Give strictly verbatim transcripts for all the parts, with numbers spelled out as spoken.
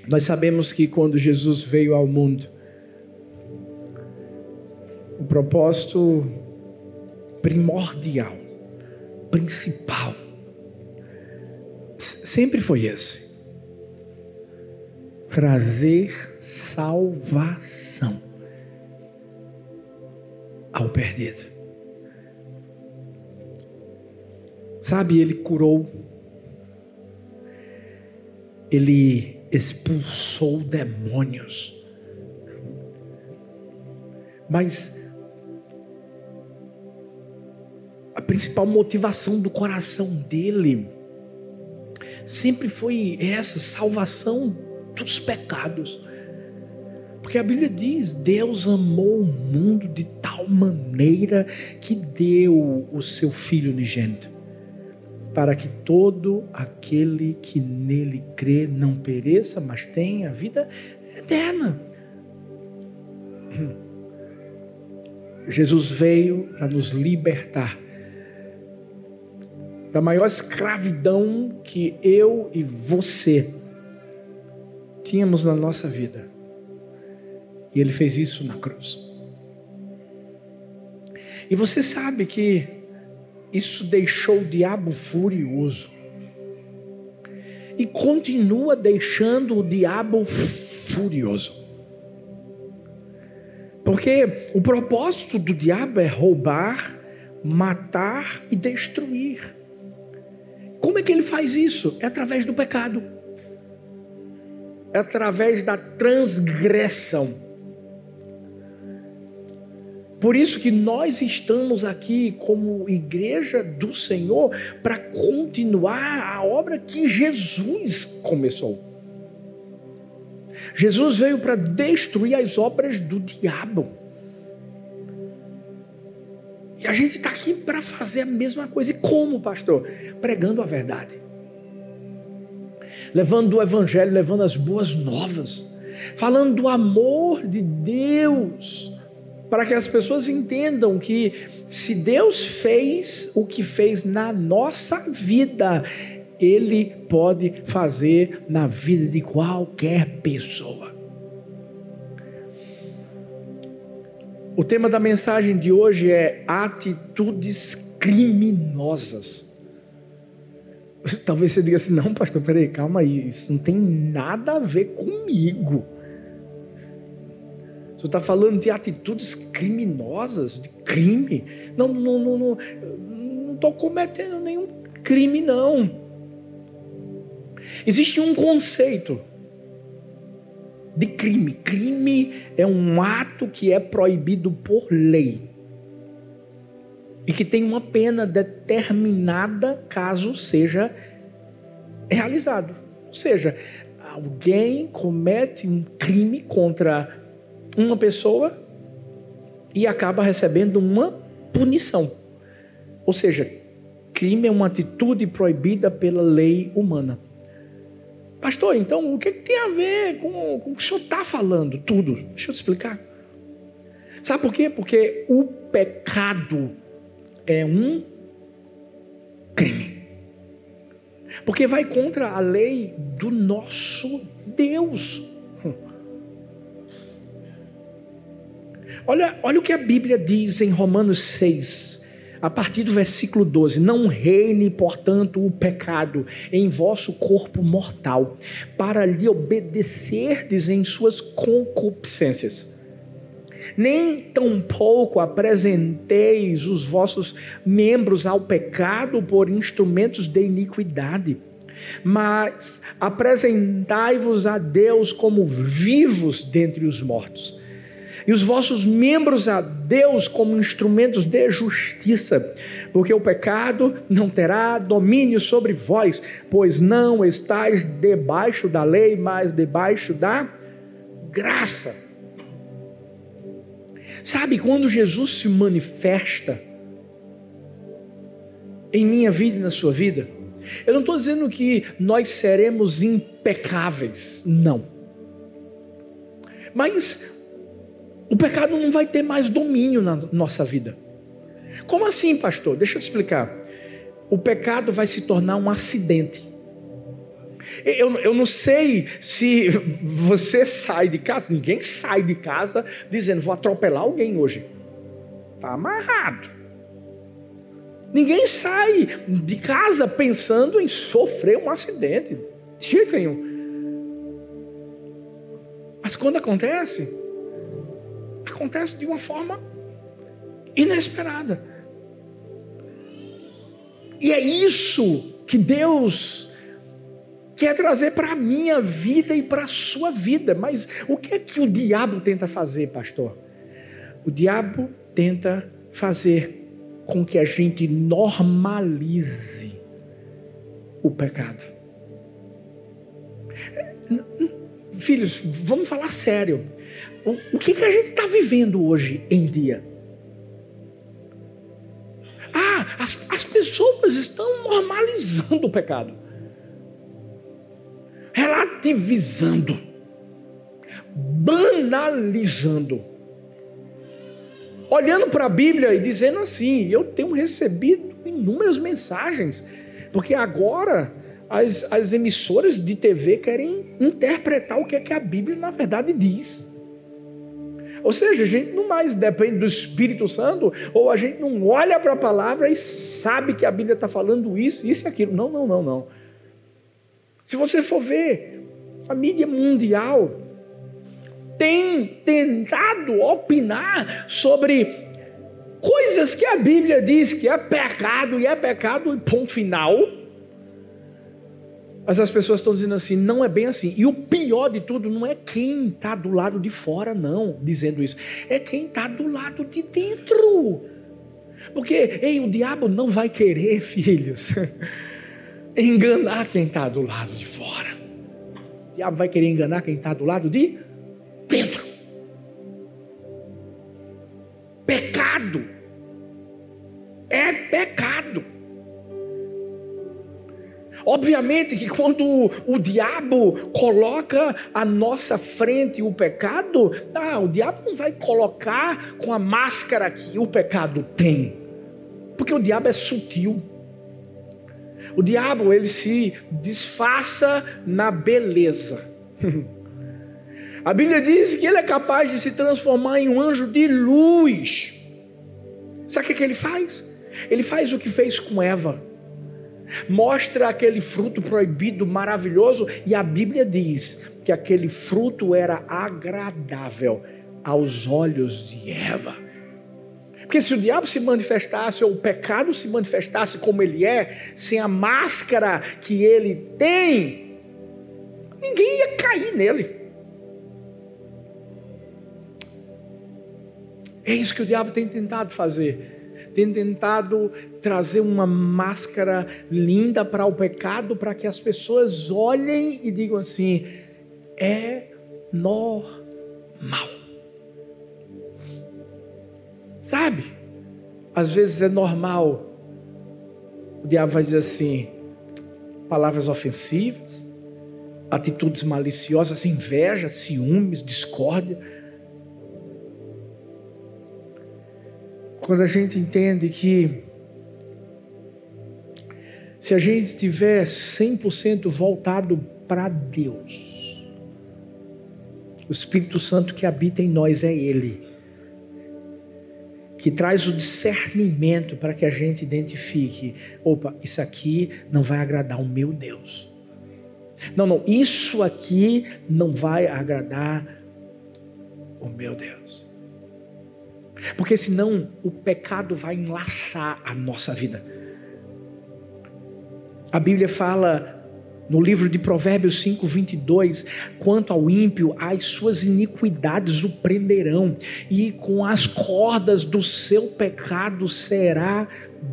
Nós sabemos que quando Jesus veio ao mundo, o propósito primordial, principal, sempre foi esse: trazer salvação ao perdido. Sabe, ele curou, ele expulsou demônios, mas a principal motivação do coração dele sempre foi essa: salvação dos pecados. Porque a Bíblia diz: Deus amou o mundo de tal maneira que deu o seu Filho unigênito, para que todo aquele que nele crê não pereça, mas tenha vida eterna. Jesus veio para nos libertar da maior escravidão que eu e você tínhamos na nossa vida. E ele fez isso na cruz. E você sabe que isso deixou o diabo furioso. E continua deixando o diabo furioso. Porque o propósito do diabo é roubar, matar e destruir. Como é que ele faz isso? É através do pecado. É através da transgressão. Por isso que nós estamos aqui como igreja do Senhor para continuar a obra que Jesus começou. Jesus veio para destruir as obras do diabo. E a gente está aqui para fazer a mesma coisa. E como, pastor? Pregando a verdade. Levando o evangelho, levando as boas novas. Falando do amor de Deus. Para que as pessoas entendam que se Deus fez o que fez na nossa vida, Ele pode fazer na vida de qualquer pessoa. O tema da mensagem de hoje é atitudes criminosas. Talvez você diga assim: não, pastor, peraí, calma aí, isso não tem nada a ver comigo. Você está falando de atitudes criminosas, de crime? Não, não, não, não, não estou cometendo nenhum crime, não. Existe um conceito de crime. Crime é um ato que é proibido por lei e que tem uma pena determinada caso seja realizado. Ou seja, alguém comete um crime contra uma pessoa e acaba recebendo uma punição. Ou seja, crime é uma atitude proibida pela lei humana. Pastor, então o que tem a ver com, com o que o senhor está falando? Tudo. Deixa eu te explicar. Sabe por quê? Porque o pecado é um crime. Porque vai contra a lei do nosso Deus. Olha, olha o que a Bíblia diz em Romanos seis, a partir do versículo doze. Não reine, portanto, o pecado em vosso corpo mortal, para lhe obedecerdes em suas concupiscências. Nem tampouco apresenteis os vossos membros ao pecado por instrumentos de iniquidade, mas apresentai-vos a Deus como vivos dentre os mortos, e os vossos membros a Deus como instrumentos de justiça, porque o pecado não terá domínio sobre vós, pois não estáis debaixo da lei, mas debaixo da graça. Sabe, quando Jesus se manifesta em minha vida e na sua vida, eu não estou dizendo que nós seremos impecáveis, não. Mas o pecado não vai ter mais domínio na nossa vida. Como assim, pastor? Deixa eu te explicar. O pecado vai se tornar um acidente. eu, eu não sei se você sai de casa, ninguém sai de casa dizendo, vou atropelar alguém hoje. Está amarrado. Ninguém sai de casa pensando em sofrer um acidente. De jeito nenhum. Mas quando acontece, acontece de uma forma inesperada. E é isso que Deus quer trazer para a minha vida e para a sua vida. Mas o que é que o diabo tenta fazer, pastor? O diabo tenta fazer com que a gente normalize o pecado. Filhos, vamos falar sério. O, o que, que a gente está vivendo hoje em dia? Ah, as, as pessoas estão normalizando o pecado. Relativizando. Banalizando. Olhando para a Bíblia e dizendo assim, eu tenho recebido inúmeras mensagens, porque agora as, as emissoras de T V querem interpretar o que é que a Bíblia na verdade diz. Ou seja, a gente não mais depende do Espírito Santo, ou a gente não olha para a palavra e sabe que a Bíblia está falando isso, isso e aquilo. Não, não, não, não. Se você for ver, a mídia mundial tem tentado opinar sobre coisas que a Bíblia diz que é pecado, e é pecado, e ponto final. Mas as pessoas estão dizendo assim, não é bem assim. E o pior de tudo não é quem está do lado de fora, não, dizendo isso. É quem está do lado de dentro. Porque, ei, o diabo não vai querer, filhos, enganar quem está do lado de fora. O diabo vai querer enganar quem está do lado de dentro. Pecado é pecado. Obviamente que quando o, o diabo coloca à nossa frente o pecado, ah, o diabo não vai colocar com a máscara que o pecado tem, porque o diabo é sutil. O diabo, ele se disfarça na beleza. A Bíblia diz que ele é capaz de se transformar em um anjo de luz. Sabe o que, que ele faz? Ele faz o que fez com Eva. Mostra aquele fruto proibido maravilhoso, e a Bíblia diz que aquele fruto era agradável aos olhos de Eva. Porque se o diabo se manifestasse, ou o pecado se manifestasse como ele é, sem a máscara que ele tem, ninguém ia cair nele. É isso que o diabo tem tentado fazer. Tem tentado trazer uma máscara linda para o pecado, para que as pessoas olhem e digam assim, é normal. Sabe? Às vezes é normal. O diabo vai dizer assim, palavras ofensivas, atitudes maliciosas, inveja, ciúmes, discórdia. Quando a gente entende que se a gente tiver cem por cento voltado para Deus, o Espírito Santo que habita em nós é Ele, que traz o discernimento para que a gente identifique, opa, isso aqui não vai agradar o meu Deus. Não, não, isso aqui não vai agradar o meu Deus. Porque senão o pecado vai enlaçar a nossa vida. A Bíblia fala no livro de Provérbios cinco, vinte e dois, quanto ao ímpio, as suas iniquidades o prenderão, e com as cordas do seu pecado será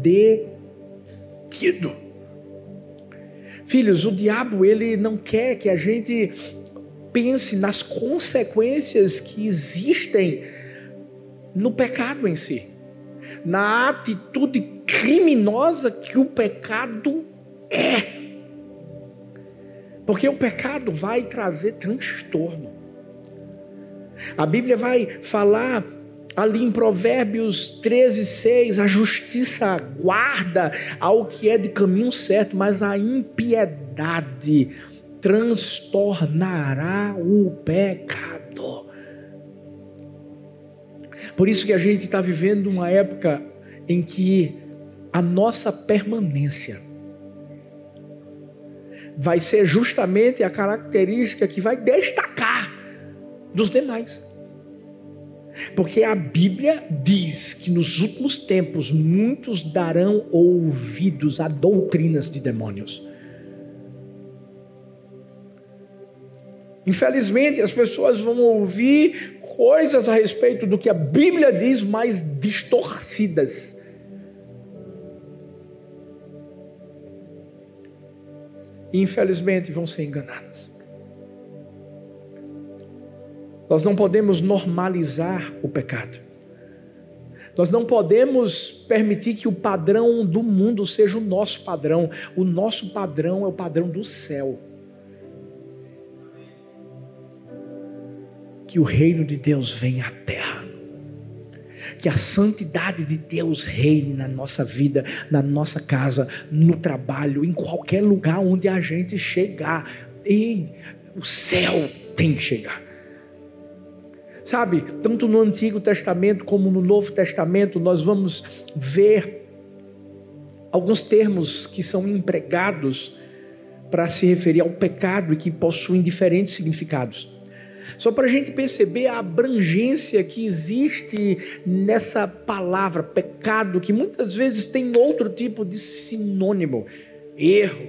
detido. Filhos, o diabo, ele não quer que a gente pense nas consequências que existem no pecado em si, na atitude criminosa que o pecado é, porque o pecado vai trazer transtorno. A Bíblia vai falar ali em Provérbios treze, seis, a justiça guarda ao que é de caminho certo, mas a impiedade transtornará o pecado. Por isso que a gente está vivendo uma época em que a nossa permanência vai ser justamente a característica que vai destacar dos demais. Porque a Bíblia diz que nos últimos tempos muitos darão ouvidos a doutrinas de demônios. Infelizmente, as pessoas vão ouvir coisas a respeito do que a Bíblia diz, mais distorcidas. E infelizmente vão ser enganadas. Nós não podemos normalizar o pecado. Nós não podemos permitir que o padrão do mundo seja o nosso padrão. O nosso padrão é o padrão do céu. Que o reino de Deus venha à terra. Que a santidade de Deus reine na nossa vida, na nossa casa, no trabalho, em qualquer lugar onde a gente chegar. E o céu tem que chegar. Sabe, tanto no Antigo Testamento como no Novo Testamento, nós vamos ver alguns termos que são empregados para se referir ao pecado e que possuem diferentes significados. Só para a gente perceber a abrangência que existe nessa palavra pecado, que muitas vezes tem outro tipo de sinônimo: erro,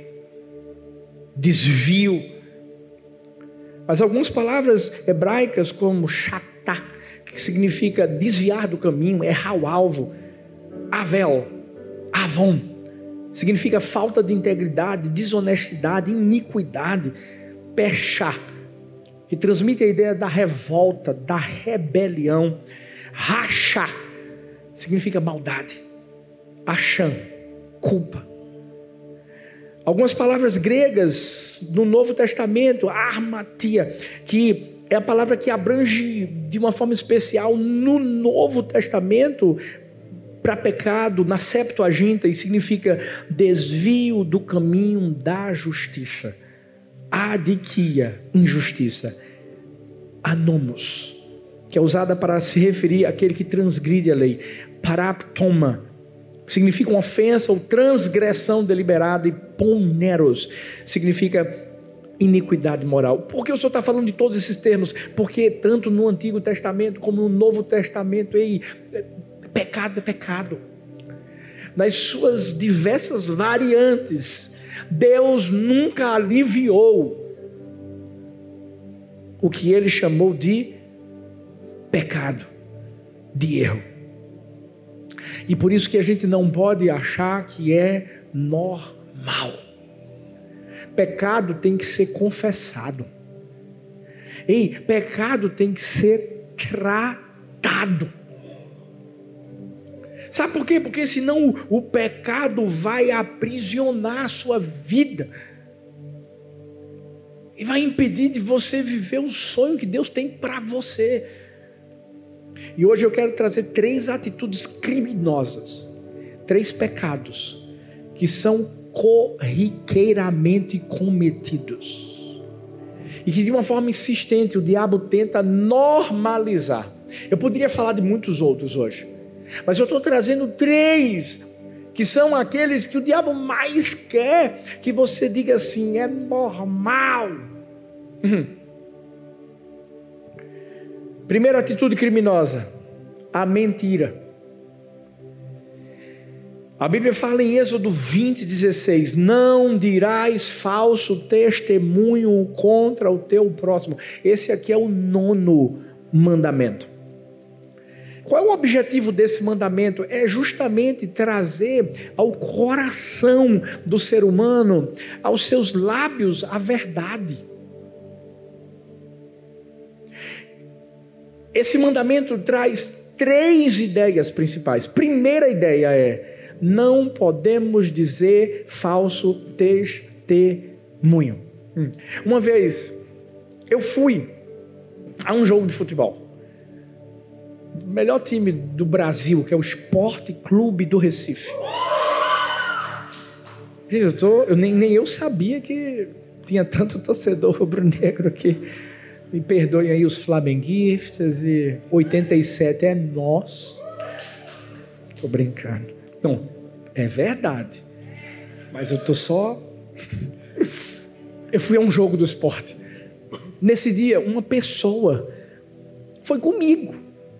desvio. Mas algumas palavras hebraicas como chatá, que significa desviar do caminho, errar o alvo, avel, avon, significa falta de integridade, desonestidade, iniquidade, pechá, que transmite a ideia da revolta, da rebelião, rachá, significa maldade, acham, culpa. Algumas palavras gregas no Novo Testamento, armatia, que é a palavra que abrange de uma forma especial no Novo Testamento para pecado, na Septuaginta, e significa desvio do caminho da justiça. Adikia, injustiça. Anomos, que é usada para se referir àquele que transgride a lei. Paraptoma, significa uma ofensa ou transgressão deliberada, e poneros significa iniquidade moral. Por que o Senhor está falando de todos esses termos? Porque tanto no Antigo Testamento como no Novo Testamento, ei, pecado é pecado. Nas suas diversas variantes, Deus nunca aliviou o que Ele chamou de pecado, de erro. E por isso que a gente não pode achar que é normal. Pecado tem que ser confessado. Ei, pecado tem que ser tratado. Sabe por quê? Porque senão o, o pecado vai aprisionar a sua vida. E vai impedir de você viver o sonho que Deus tem para você. E hoje eu quero trazer três atitudes criminosas, três pecados que são corriqueiramente cometidos e que de uma forma insistente o diabo tenta normalizar. Eu poderia falar de muitos outros hoje, mas eu estou trazendo três que são aqueles que o diabo mais quer que você diga assim: é normal. Uhum. Primeira atitude criminosa, a mentira. A Bíblia fala em Êxodo vinte, dezesseis, não dirás falso testemunho contra o teu próximo. Esse aqui é o nono mandamento. Qual é o objetivo desse mandamento? É justamente trazer ao coração do ser humano, aos seus lábios, a verdade. Esse mandamento traz três ideias principais. Primeira ideia é: não podemos dizer falso testemunho. Hum. Uma vez, eu fui a um jogo de futebol. O melhor time do Brasil, que é o Sport Clube do Recife. Gente, eu tô, eu, nem, nem eu sabia que tinha tanto torcedor rubro-negro que, me perdoem aí os flamenguistas, e oitenta e sete é nosso. Estou brincando. Não, é verdade. Mas eu estou só... Eu fui a um jogo do esporte. Nesse dia, uma pessoa foi comigo.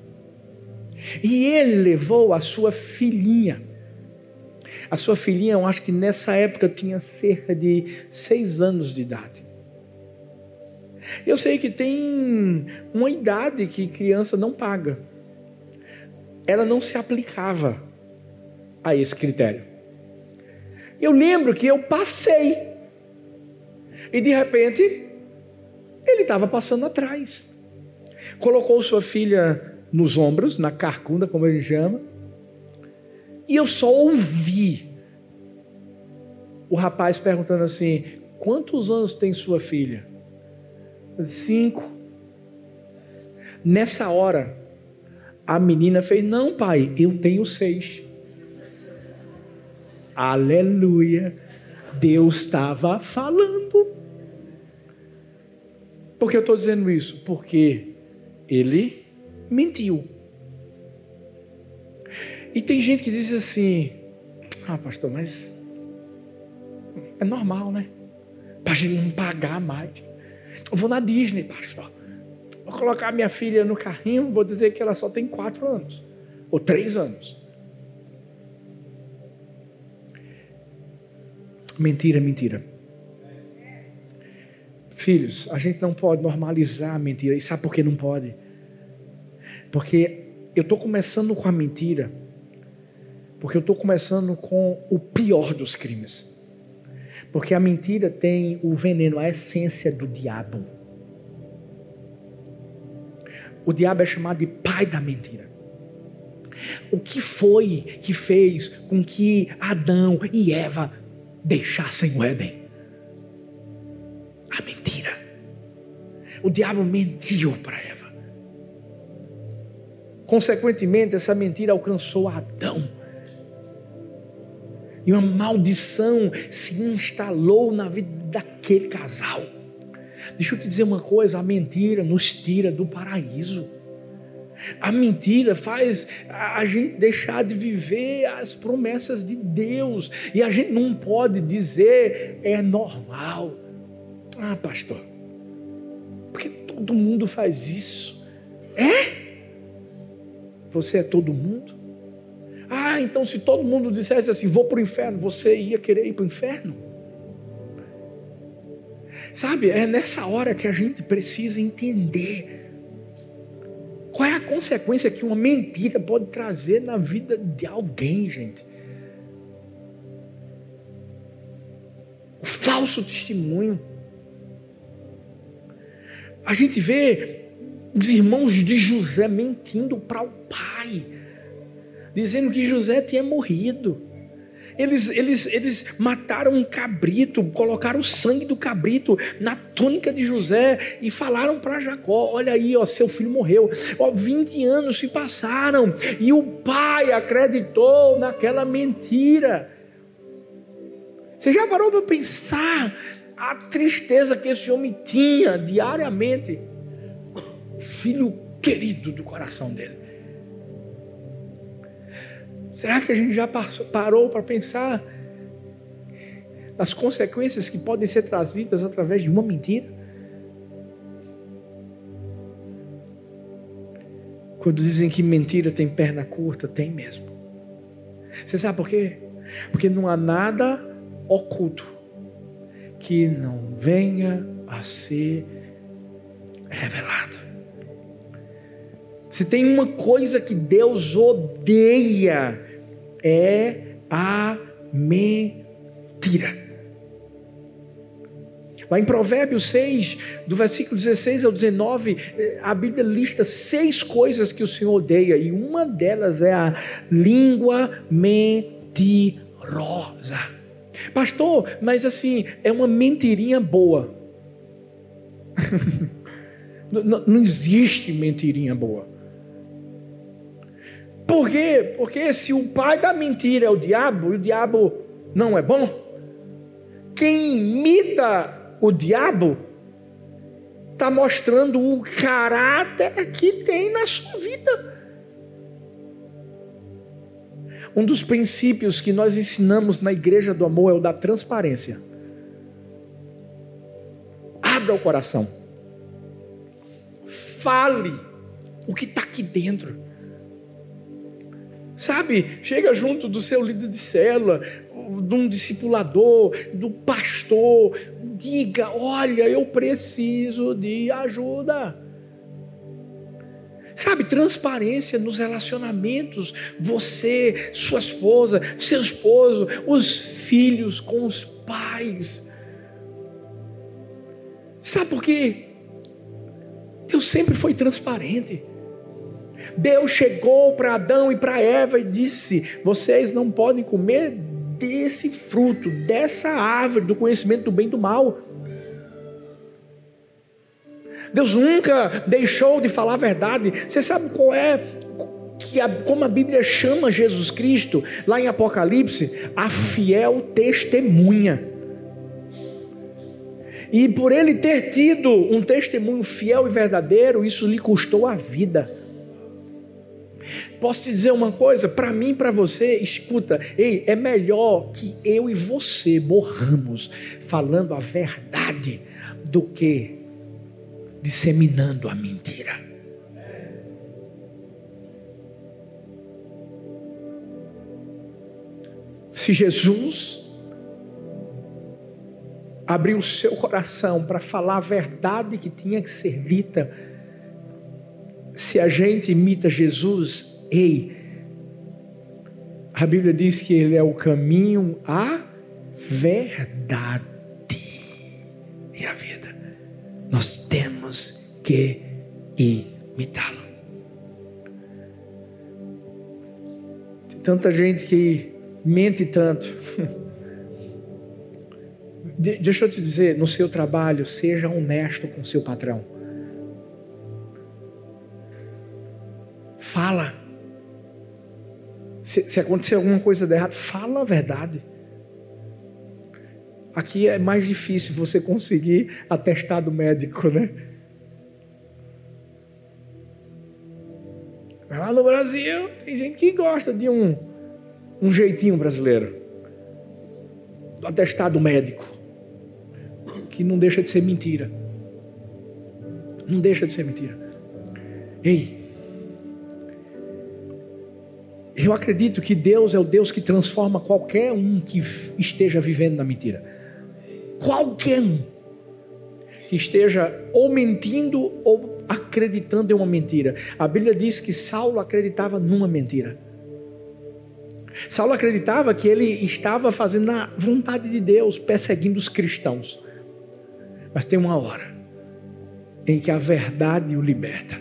E ele levou a sua filhinha. A sua filhinha, eu acho que nessa época tinha cerca de seis anos de idade. Eu sei que tem uma idade que criança não paga. Ela não se aplicava a esse critério. Eu lembro que eu passei. E de repente, ele estava passando atrás. Colocou sua filha nos ombros, na carcunda, como ele chama. E eu só ouvi o rapaz perguntando assim: quantos anos tem sua filha? Cinco. Nessa hora, a menina fez: não, pai, eu tenho seis. Aleluia. Deus estava falando. Por que eu estou dizendo isso? Porque ele mentiu. E tem gente que diz assim: ah, pastor, mas é normal, né? Para a gente não pagar mais. Eu vou na Disney, pastor. Vou colocar minha filha no carrinho, vou dizer que ela só tem quatro anos. Ou três anos. Mentira, mentira. Filhos, a gente não pode normalizar a mentira. E sabe por que não pode? Porque eu estou começando com a mentira. Porque eu estou começando com o pior dos crimes. Porque a mentira tem o veneno, a essência do diabo. O diabo é chamado de pai da mentira. O que foi que fez com que Adão e Eva deixassem o Éden? A mentira. O diabo mentiu para Eva. Consequentemente, essa mentira alcançou Adão. E uma maldição se instalou na vida daquele casal. Deixa eu te dizer uma coisa: a mentira nos tira do paraíso. A mentira faz a gente deixar de viver as promessas de Deus. E a gente não pode dizer é normal. Ah, pastor, porque todo mundo faz isso. É? Você é todo mundo? Ah, então se todo mundo dissesse assim, vou para o inferno, você ia querer ir para o inferno? Sabe, é nessa hora que a gente precisa entender qual é a consequência que uma mentira pode trazer na vida de alguém, gente. O falso testemunho. A gente vê os irmãos de José mentindo para o pai, dizendo que José tinha morrido. Eles, eles, eles mataram um cabrito, colocaram o sangue do cabrito na túnica de José e falaram para Jacó: olha aí, ó, seu filho morreu. Ó, vinte anos se passaram e o pai acreditou naquela mentira. Você já parou para pensar a tristeza que esse homem tinha diariamente? Filho querido do coração dele. Será que a gente já parou para pensar nas consequências que podem ser trazidas através de uma mentira? Quando dizem que mentira tem perna curta, tem mesmo. Você sabe por quê? Porque não há nada oculto que não venha a ser revelado. Se tem uma coisa que Deus odeia, é a mentira. Lá em Provérbios seis, do versículo dezesseis ao dezenove, a Bíblia lista seis coisas que o Senhor odeia, e uma delas é a língua mentirosa. Pastor, mas assim, é uma mentirinha boa. não, não existe mentirinha boa. Por quê? Porque se o pai da mentira é o diabo, e o diabo não é bom, quem imita o diabo está mostrando o caráter que tem na sua vida. Um dos princípios que nós ensinamos na Igreja do Amor é o da transparência. Abra o coração. Fale o que está aqui dentro. Sabe, chega junto do seu líder de célula, de um discipulador, do pastor, diga, olha, eu preciso de ajuda. Sabe, transparência nos relacionamentos, você, sua esposa, seu esposo, os filhos com os pais. Sabe por quê? Deus sempre foi transparente. Deus chegou para Adão e para Eva e disse, vocês não podem comer desse fruto, dessa árvore do conhecimento do bem e do mal. Deus nunca deixou de falar a verdade. Você sabe qual é, que a, como a Bíblia chama Jesus Cristo, lá em Apocalipse? A fiel testemunha. E por ele ter tido um testemunho fiel e verdadeiro, isso lhe custou a vida. Posso te dizer uma coisa? Para mim e para você, escuta, ei, é melhor que eu e você morramos falando a verdade do que disseminando a mentira. Se Jesus abriu o seu coração para falar a verdade que tinha que ser dita, se a gente imita Jesus, ei, a Bíblia diz que Ele é o caminho, a verdade e a vida. Nós temos que imitá-lo. Tem tanta gente que mente tanto. Deixa eu te dizer, no seu trabalho, seja honesto com seu patrão. Fala. Se, se acontecer alguma coisa de errado, fala a verdade. Aqui é mais difícil você conseguir atestado médico, né? Mas lá no Brasil, tem gente que gosta de um, um jeitinho brasileiro. Do atestado médico. Que não deixa de ser mentira. Não deixa de ser mentira. Ei, eu acredito que Deus é o Deus que transforma qualquer um que esteja vivendo na mentira. Qualquer um que esteja ou mentindo ou acreditando em uma mentira. A Bíblia diz que Saulo acreditava numa mentira. Saulo acreditava que ele estava fazendo a vontade de Deus, perseguindo os cristãos. Mas tem uma hora em que a verdade o liberta.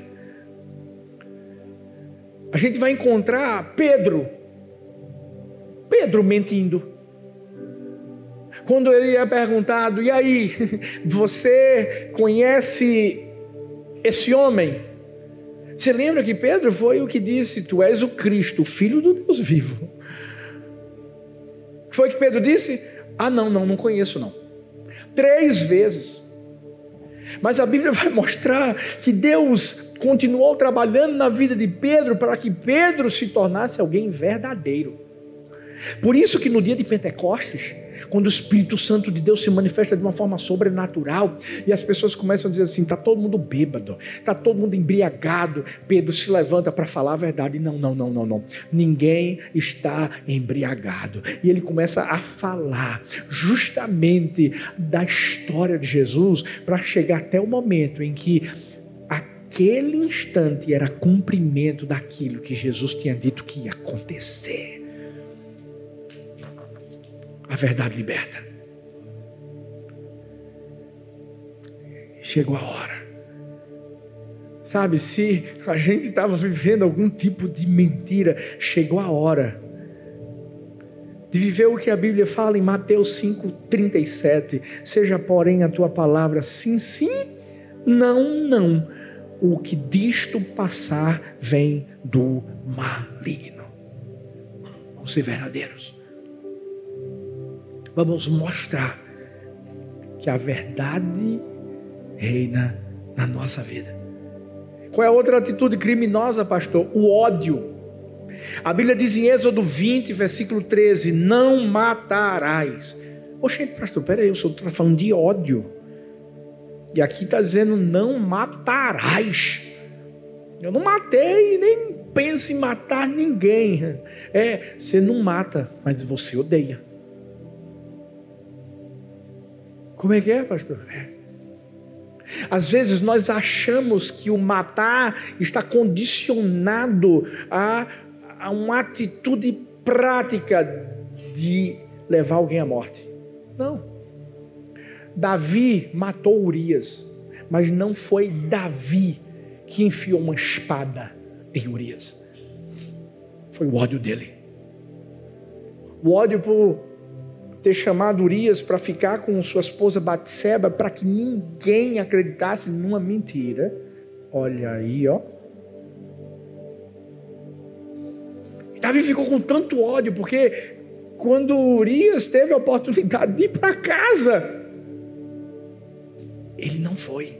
A gente vai encontrar Pedro, Pedro mentindo. Quando ele é perguntado, e aí, você conhece esse homem? Você lembra que Pedro foi o que disse, tu és o Cristo, o Filho do Deus vivo. Foi o que Pedro disse? Ah não, não, não conheço não. Três vezes. Mas a Bíblia vai mostrar que Deus continuou trabalhando na vida de Pedro para que Pedro se tornasse alguém verdadeiro. Por isso que no dia de Pentecostes, quando o Espírito Santo de Deus se manifesta de uma forma sobrenatural e as pessoas começam a dizer assim, está todo mundo bêbado, está todo mundo embriagado, Pedro se levanta para falar a verdade. Não, não, não, não, não. Ninguém está embriagado. E ele começa a falar justamente da história de Jesus para chegar até o momento em que aquele instante era cumprimento daquilo que Jesus tinha dito que ia acontecer. A verdade liberta. Chegou a hora. Sabe, se a gente estava vivendo algum tipo de mentira, chegou a hora de viver o que a Bíblia fala em Mateus cinco, trinta e sete. Seja, porém, a tua palavra sim, sim, não, não. O que disto passar vem do maligno. Vamos ser verdadeiros. Vamos mostrar que a verdade reina na nossa vida. Qual é a outra atitude criminosa, pastor? O ódio. A Bíblia diz em Êxodo vinte, versículo treze, não matarás. Poxa, pastor, peraí, o senhor está falando de ódio. E aqui está dizendo não matarás. Eu não matei, nem penso em matar ninguém. É, você não mata, mas você odeia. Como é que é, pastor? É. Às vezes nós achamos que o matar está condicionado a, a uma atitude prática de levar alguém à morte. Não. Davi matou Urias, mas não foi Davi que enfiou uma espada em Urias. Foi o ódio dele. O ódio por ter chamado Urias para ficar com sua esposa Batseba, para que ninguém acreditasse numa mentira. Olha aí, ó. E Davi ficou com tanto ódio, porque quando Urias teve a oportunidade de ir para casa, ele não foi.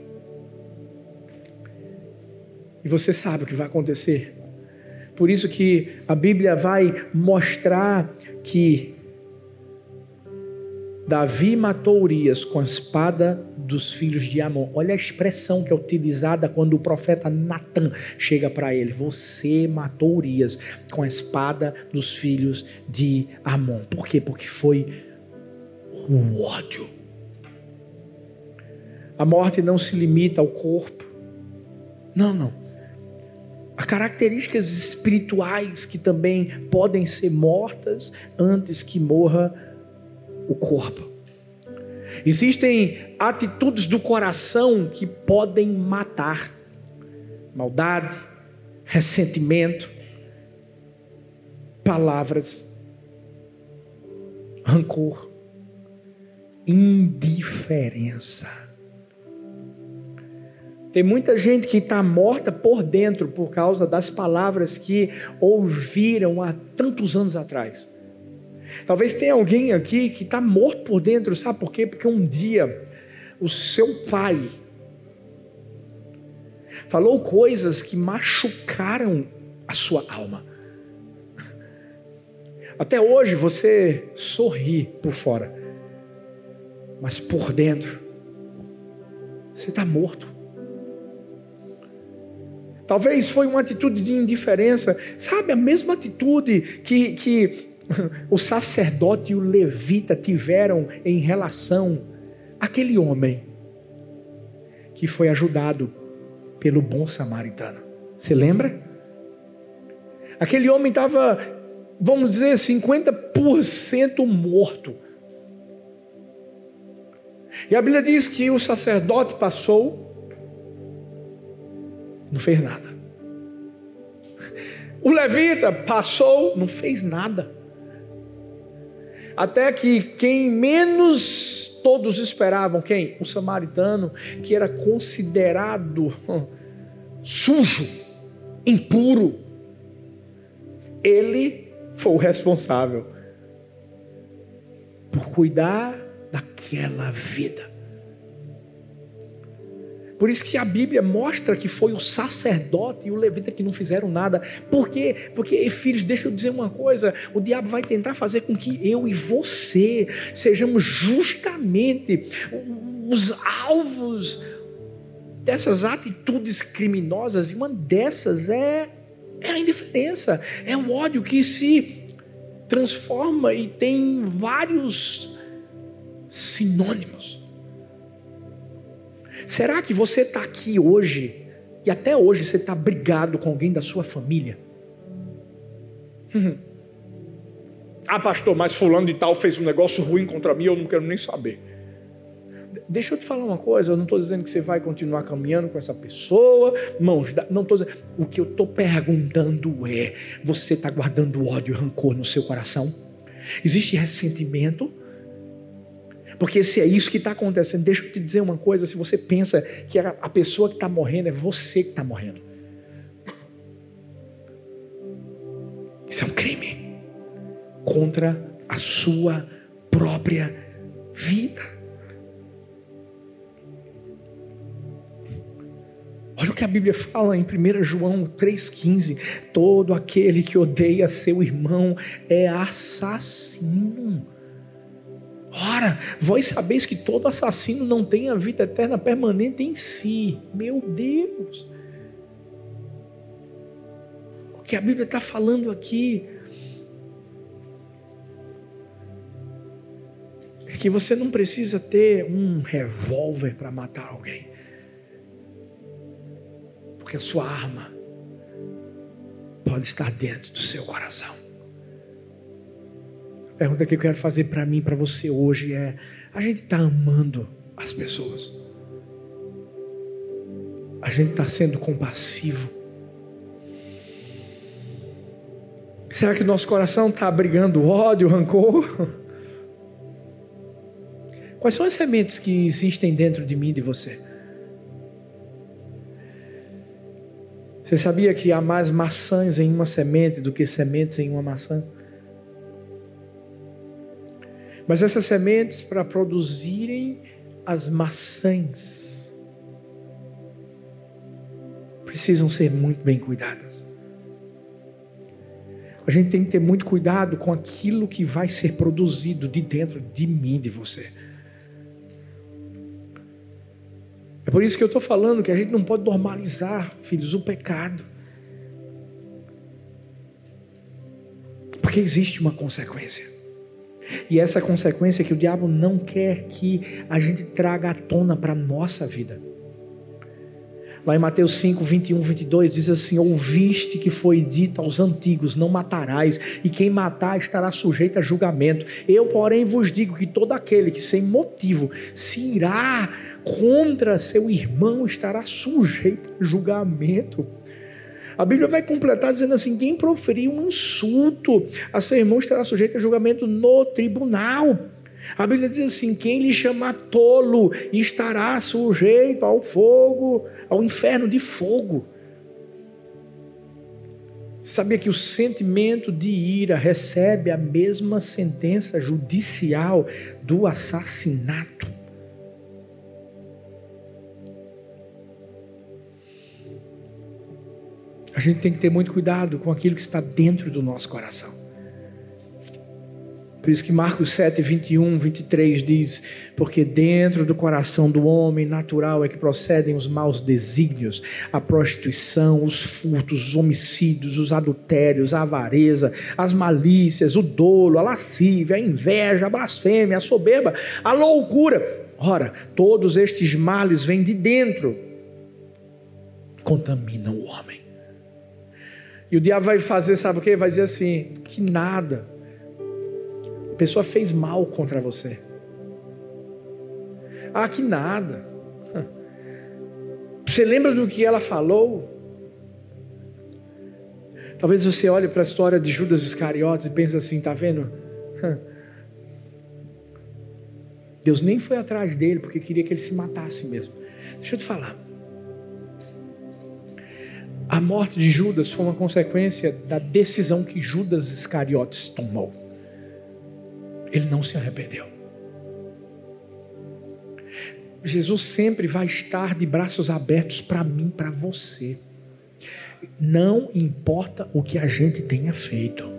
E você sabe o que vai acontecer. Por isso que a Bíblia vai mostrar que Davi matou Urias com a espada dos filhos de Amon. Olha a expressão que é utilizada quando o profeta Natan chega para ele. Você matou Urias com a espada dos filhos de Amon. Por quê? Porque foi o ódio. A morte não se limita ao corpo. Não, não. Há características espirituais que também podem ser mortas antes que morra o corpo. Existem atitudes do coração que podem matar. Maldade, ressentimento, palavras, rancor, indiferença. Tem muita gente que está morta por dentro por causa das palavras que ouviram há tantos anos atrás. Talvez tenha alguém aqui que está morto por dentro, sabe por quê? Porque um dia o seu pai falou coisas que machucaram a sua alma. Até hoje você sorri por fora, mas por dentro você está morto. Talvez foi uma atitude de indiferença, sabe, a mesma atitude que, que o sacerdote e o levita tiveram em relação àquele homem que foi ajudado pelo bom samaritano. Você lembra? Aquele homem estava, vamos dizer, cinquenta por cento morto. E a Bíblia diz que o sacerdote passou, não fez nada. O levita passou, não fez nada. Até que quem menos todos esperavam, quem? O samaritano, que era considerado sujo, impuro, ele foi o responsável por cuidar daquela vida. Por isso que a Bíblia mostra que foi o sacerdote e o levita que não fizeram nada. Por quê? Porque, filhos, deixa eu dizer uma coisa, o diabo vai tentar fazer com que eu e você sejamos justamente os alvos dessas atitudes criminosas, e uma dessas é, é a indiferença, é o ódio que se transforma e tem vários sinônimos. Será que você está aqui hoje e até hoje você está brigado com alguém da sua família? Ah, pastor, mas fulano de tal fez um negócio ruim contra mim, eu não quero nem saber. Deixa eu te falar uma coisa, eu não estou dizendo que você vai continuar caminhando com essa pessoa, mãos, não estou dizendo. O que eu estou perguntando é, você está guardando ódio e rancor no seu coração? Existe ressentimento? Porque se é isso que está acontecendo, deixa eu te dizer uma coisa, se você pensa que a pessoa que está morrendo é você que está morrendo, isso é um crime contra a sua própria vida. Olha o que a Bíblia fala em primeiro João três quinze. Todo aquele que odeia seu irmão é assassino. Ora, vós sabeis que todo assassino não tem a vida eterna permanente em si. Meu Deus. O que a Bíblia está falando aqui é que você não precisa ter um revólver para matar alguém. Porque a sua arma pode estar dentro do seu coração. A pergunta que eu quero fazer para mim, para você hoje é: a gente está amando as pessoas? A gente está sendo compassivo? Será que nosso coração está abrigando ódio, rancor? Quais são as sementes que existem dentro de mim e de você? Você sabia que há mais maçãs em uma semente do que sementes em uma maçã? Mas essas sementes, para produzirem as maçãs, precisam ser muito bem cuidadas. A gente tem que ter muito cuidado com aquilo que vai ser produzido de dentro de mim, de você. É por isso que eu estou falando que a gente não pode normalizar, filhos, o pecado. Porque existe uma consequência. E essa consequência é que o diabo não quer que a gente traga à tona para a nossa vida. Lá em Mateus cinco, vinte e um, vinte e dois, diz assim: ouviste que foi dito aos antigos, não matarás, e quem matar estará sujeito a julgamento. Eu, porém, vos digo que todo aquele que sem motivo se irá contra seu irmão estará sujeito a julgamento. A Bíblia vai completar dizendo assim: quem proferir um insulto a seu irmão estará sujeito a julgamento no tribunal. A Bíblia diz assim: quem lhe chamar tolo estará sujeito ao fogo, ao inferno de fogo. Você sabia que o sentimento de ira recebe a mesma sentença judicial do assassinato? A gente tem que ter muito cuidado com aquilo que está dentro do nosso coração. Por isso que Marcos sete, vinte e um, vinte e três diz: porque dentro do coração do homem natural é que procedem os maus desígnios, a prostituição, os furtos, os homicídios, os adultérios, a avareza, as malícias, o dolo, a lascívia, a inveja, a blasfêmia, a soberba, a loucura. Ora, todos estes males vêm de dentro, contaminam o homem. E o diabo vai fazer, sabe o que? Vai dizer assim: que nada. A pessoa fez mal contra você. Ah, que nada. Você lembra do que ela falou? Talvez você olhe para a história de Judas Iscariotes e pense assim: tá vendo? Deus nem foi atrás dele porque queria que ele se matasse mesmo. Deixa eu te falar. A morte de Judas foi uma consequência da decisão que Judas Iscariotes tomou. Ele não se arrependeu. Jesus sempre vai estar de braços abertos para mim, para você. Não importa o que a gente tenha feito.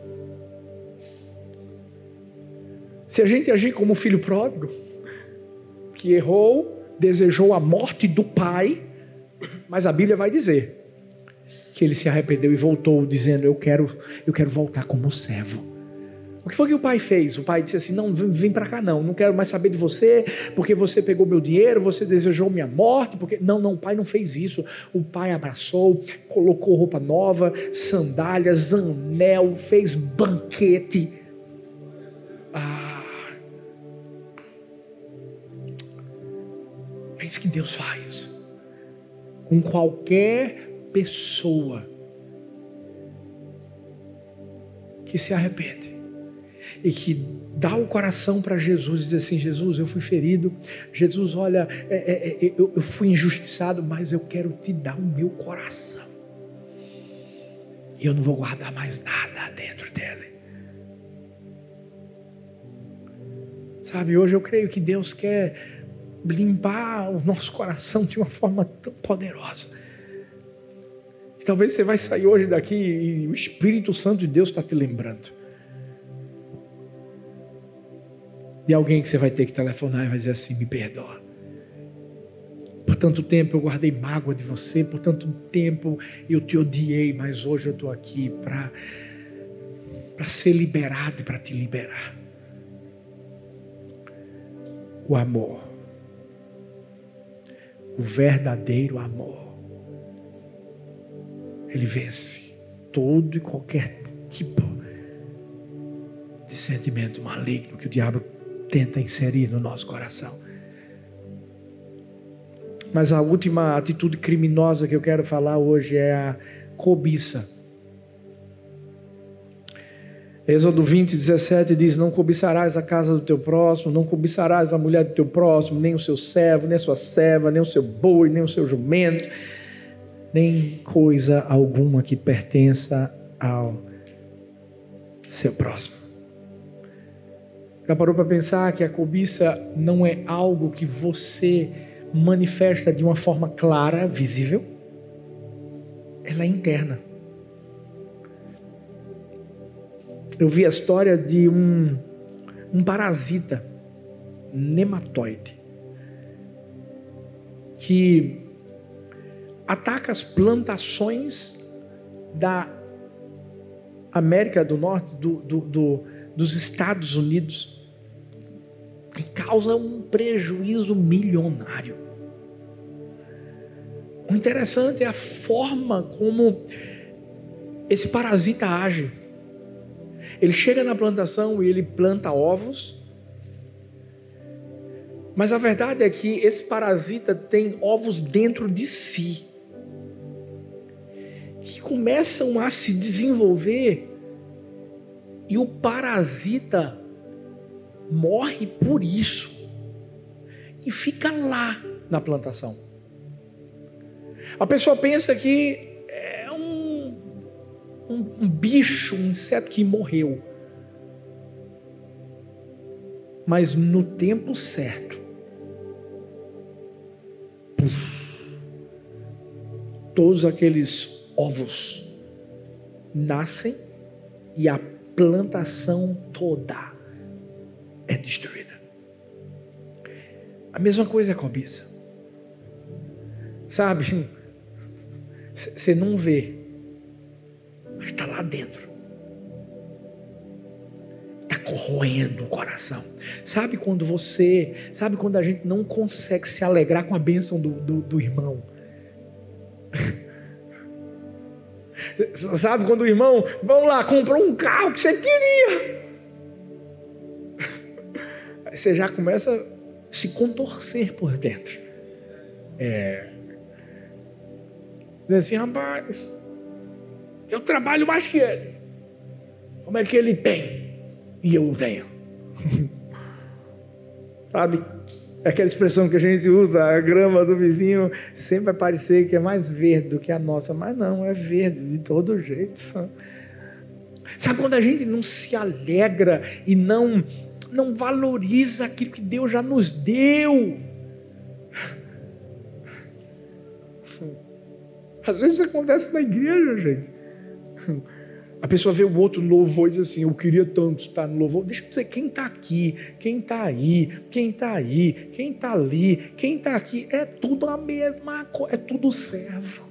Se a gente agir como filho pródigo, que errou, desejou a morte do pai, mas a Bíblia vai dizer que ele se arrependeu e voltou dizendo: eu quero, eu quero voltar como servo. O que foi que o pai fez? O pai disse assim: não, vem, vem para cá não, não quero mais saber de você, porque você pegou meu dinheiro, você desejou minha morte, porque... Não, não, o pai não fez isso. O pai abraçou, colocou roupa nova, sandálias, anel, fez banquete. Ah, é isso que Deus faz com qualquer pessoa que se arrepende e que dá o coração para Jesus e diz assim: Jesus, eu fui ferido, Jesus, olha, é, é, eu, eu fui injustiçado, mas eu quero te dar o meu coração e eu não vou guardar mais nada dentro dele. Sabe, hoje eu creio que Deus quer limpar o nosso coração de uma forma tão poderosa. E talvez você vai sair hoje daqui e o Espírito Santo de Deus está te lembrando de alguém que você vai ter que telefonar e vai dizer assim: me perdoa. Por tanto tempo eu guardei mágoa de você, por tanto tempo eu te odiei, mas hoje eu estou aqui para para ser liberado e para te liberar. O amor, o verdadeiro amor, ele vence todo e qualquer tipo de sentimento maligno que o diabo tenta inserir no nosso coração. Mas a última atitude criminosa que eu quero falar hoje é a cobiça. Êxodo vinte, dezessete diz: não cobiçarás a casa do teu próximo, não cobiçarás a mulher do teu próximo, nem o seu servo, nem a sua serva, nem o seu boi, nem o seu jumento, nem coisa alguma que pertença ao seu próximo. Já parou para pensar que a cobiça não é algo que você manifesta de uma forma clara, visível? Ela é interna. Eu vi a história de um, um parasita nematóide que ataca as plantações da América do Norte, do, do, do, dos Estados Unidos, e causa um prejuízo milionário. O interessante é a forma como esse parasita age. Ele chega na plantação e ele planta ovos, mas a verdade é que esse parasita tem ovos dentro de si, que começam a se desenvolver, e o parasita morre por isso e fica lá na plantação. A pessoa pensa que é um, um, um bicho, um inseto que morreu, mas no tempo certo, puff, todos aqueles ovos nascem e a plantação toda é destruída. A mesma coisa é a cobiça. Sabe, você não vê, mas está lá dentro, está corroendo o coração. Sabe quando você, sabe quando a gente não consegue se alegrar com a bênção do, do, do irmão? Sabe quando o irmão, vamos lá, comprou um carro que você queria, aí você já começa a se contorcer por dentro. É, diz assim: rapaz, eu trabalho mais que ele, como é que ele tem e eu não tenho? Sabe, aquela expressão que a gente usa: a grama do vizinho sempre vai parecer que é mais verde do que a nossa, mas não, é verde de todo jeito. Sabe quando a gente não se alegra e não, não valoriza aquilo que Deus já nos deu? Às vezes isso acontece na igreja, gente. A pessoa vê o outro no louvor e diz assim: eu queria tanto estar no louvor. Deixa eu dizer, quem está aqui, quem está aí, quem está aí, quem está ali, quem está aqui, é tudo a mesma coisa, é tudo servo.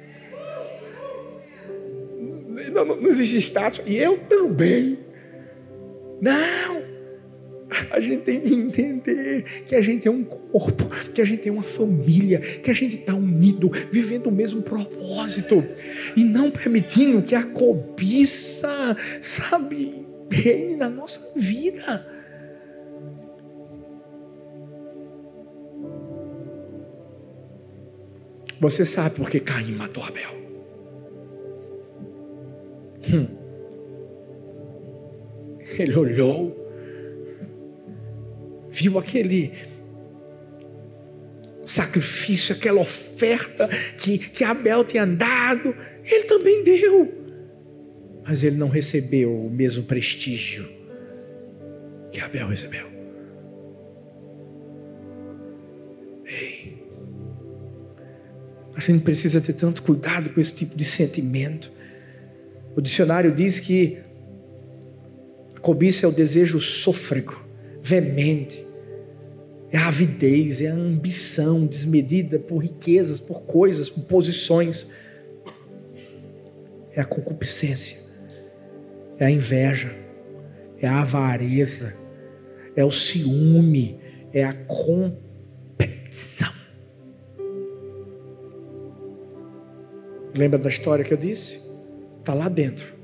Não, não, não existe status. E eu também. Não. A gente tem que entender que a gente é um corpo, que a gente é uma família, que a gente está unido, vivendo o mesmo propósito, e não permitindo que a cobiça, sabe, reine na nossa vida. Você sabe por que Caim matou Abel? Hum. Ele olhou, viu aquele sacrifício, aquela oferta que, que Abel tinha dado, ele também deu, mas ele não recebeu o mesmo prestígio que Abel recebeu. Ei, A gente precisa ter tanto cuidado com esse tipo de sentimento. O dicionário diz que a cobiça é o desejo sôfrego, veemente, é a avidez, é a ambição desmedida por riquezas, por coisas, por posições. É a concupiscência, é a inveja, é a avareza, é o ciúme, é a competição. Lembra da história que eu disse? Está lá dentro.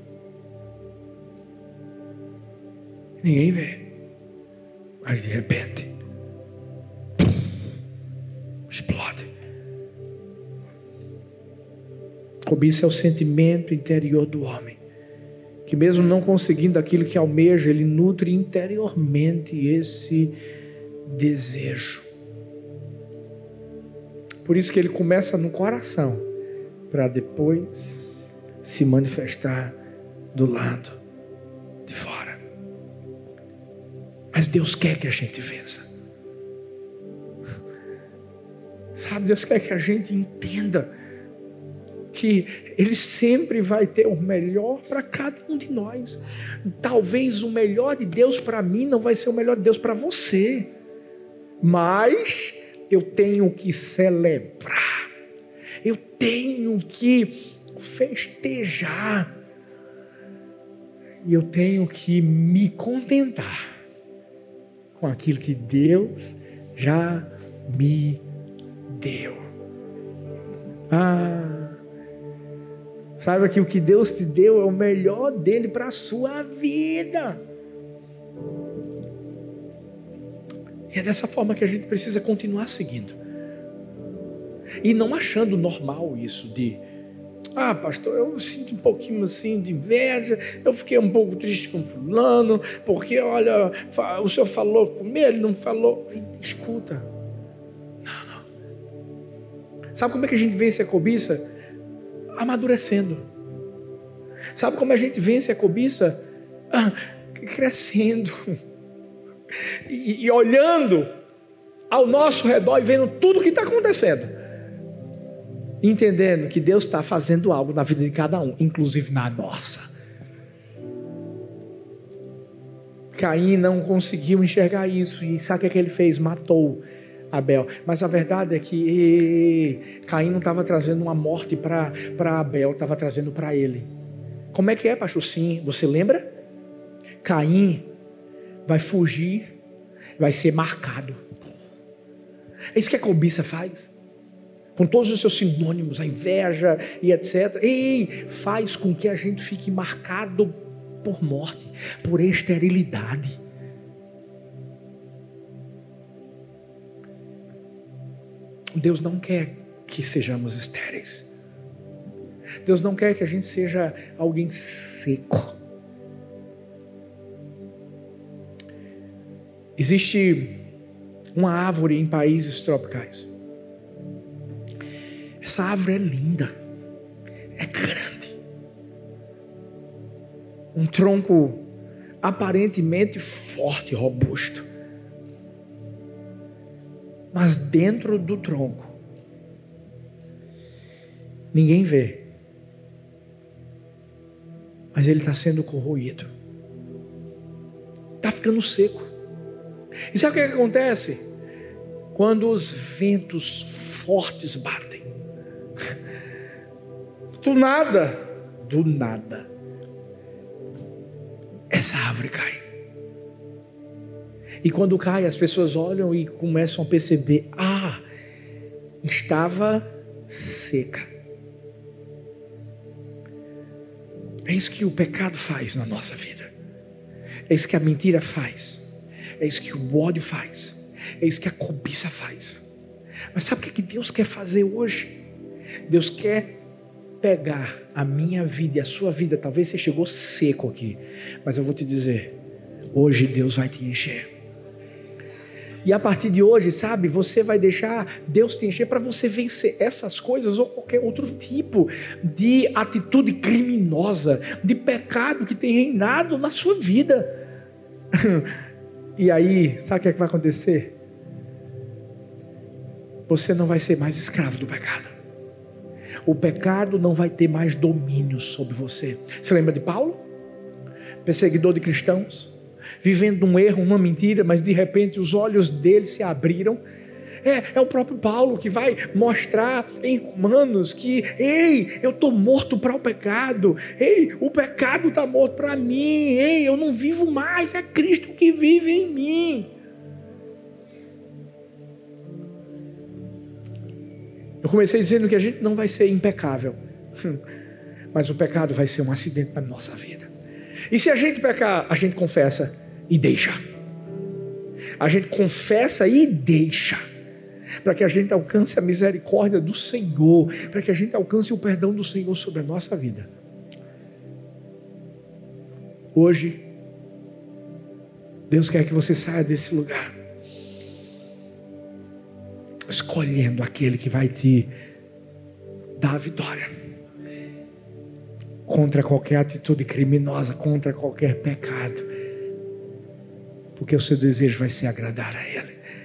Ninguém vê. Mas de repente, explode. Cobiça é o sentimento interior do homem, que mesmo não conseguindo aquilo que almeja, ele nutre interiormente esse desejo. Por isso que ele começa no coração, para depois se manifestar do lado de fora. Mas Deus quer que a gente vença. Sabe, Deus quer que a gente entenda que Ele sempre vai ter o melhor para cada um de nós. Talvez o melhor de Deus para mim não vai ser o melhor de Deus para você, mas eu tenho que celebrar, eu tenho que festejar, e eu tenho que me contentar com aquilo que Deus já me deu. Ah, saiba que o que Deus te deu é o melhor dele para a sua vida. E é dessa forma que a gente precisa continuar seguindo. E não achando normal isso de: ah, pastor, eu sinto um pouquinho assim de inveja, eu fiquei um pouco triste com fulano, porque olha, o senhor falou com ele, não falou. Escuta. Não, não. Sabe como é que a gente vence a cobiça? Amadurecendo. Sabe como a gente vence a cobiça? Ah, crescendo. E, e olhando ao nosso redor e vendo tudo o que está acontecendo. Entendendo que Deus está fazendo algo na vida de cada um, inclusive na nossa. Caim não conseguiu enxergar isso. E sabe o que, é que ele fez? Matou Abel. Mas a verdade é que e, Caim não estava trazendo uma morte para Abel, estava trazendo para ele. Como é que é, pastor? Sim, você lembra? Caim vai fugir, vai ser marcado. É isso que a cobiça faz. Com todos os seus sinônimos, a inveja e etcétera. E faz com que a gente fique marcado por morte, por esterilidade. Deus não quer que sejamos estéreis. Deus não quer que a gente seja alguém seco. Existe uma árvore em países tropicais. Essa árvore é linda, é grande, um tronco aparentemente forte, robusto, mas dentro do tronco ninguém vê, mas ele está sendo corroído, está ficando seco. E sabe o que, é que acontece? Quando os ventos fortes batem, do nada, do nada, essa árvore cai. E quando cai, as pessoas olham e começam a perceber: ah, estava seca. É isso que o pecado faz na nossa vida. É isso que a mentira faz. É isso que o ódio faz. É isso que a cobiça faz. Mas sabe o que Deus quer fazer hoje? Deus quer pegar a minha vida e a sua vida. Talvez você chegou seco aqui, mas eu vou te dizer, hoje Deus vai te encher. E a partir de hoje, sabe, você vai deixar Deus te encher para você vencer essas coisas ou qualquer outro tipo de atitude criminosa, de pecado que tem reinado na sua vida. E aí, sabe o que é que vai acontecer? Você não vai ser mais escravo do pecado. o pecado não vai ter mais domínio sobre você. Você lembra de Paulo? Perseguidor de cristãos, vivendo um erro, uma mentira, mas de repente os olhos dele se abriram. É, é o próprio Paulo que vai mostrar em Romanos que, ei, eu estou morto para o pecado, ei, o pecado está morto para mim, ei, eu não vivo mais, é Cristo que vive em mim. Eu comecei dizendo que a gente não vai ser impecável, mas o pecado vai ser um acidente na nossa vida. E se a gente pecar, a gente confessa e deixa. A gente confessa e deixa, para que a gente alcance a misericórdia do Senhor, para que a gente alcance o perdão do Senhor sobre a nossa vida. Hoje, Deus quer que você saia desse lugar, escolhendo aquele que vai te dar a vitória contra qualquer atitude criminosa, contra qualquer pecado, porque o seu desejo vai ser agradar a Ele.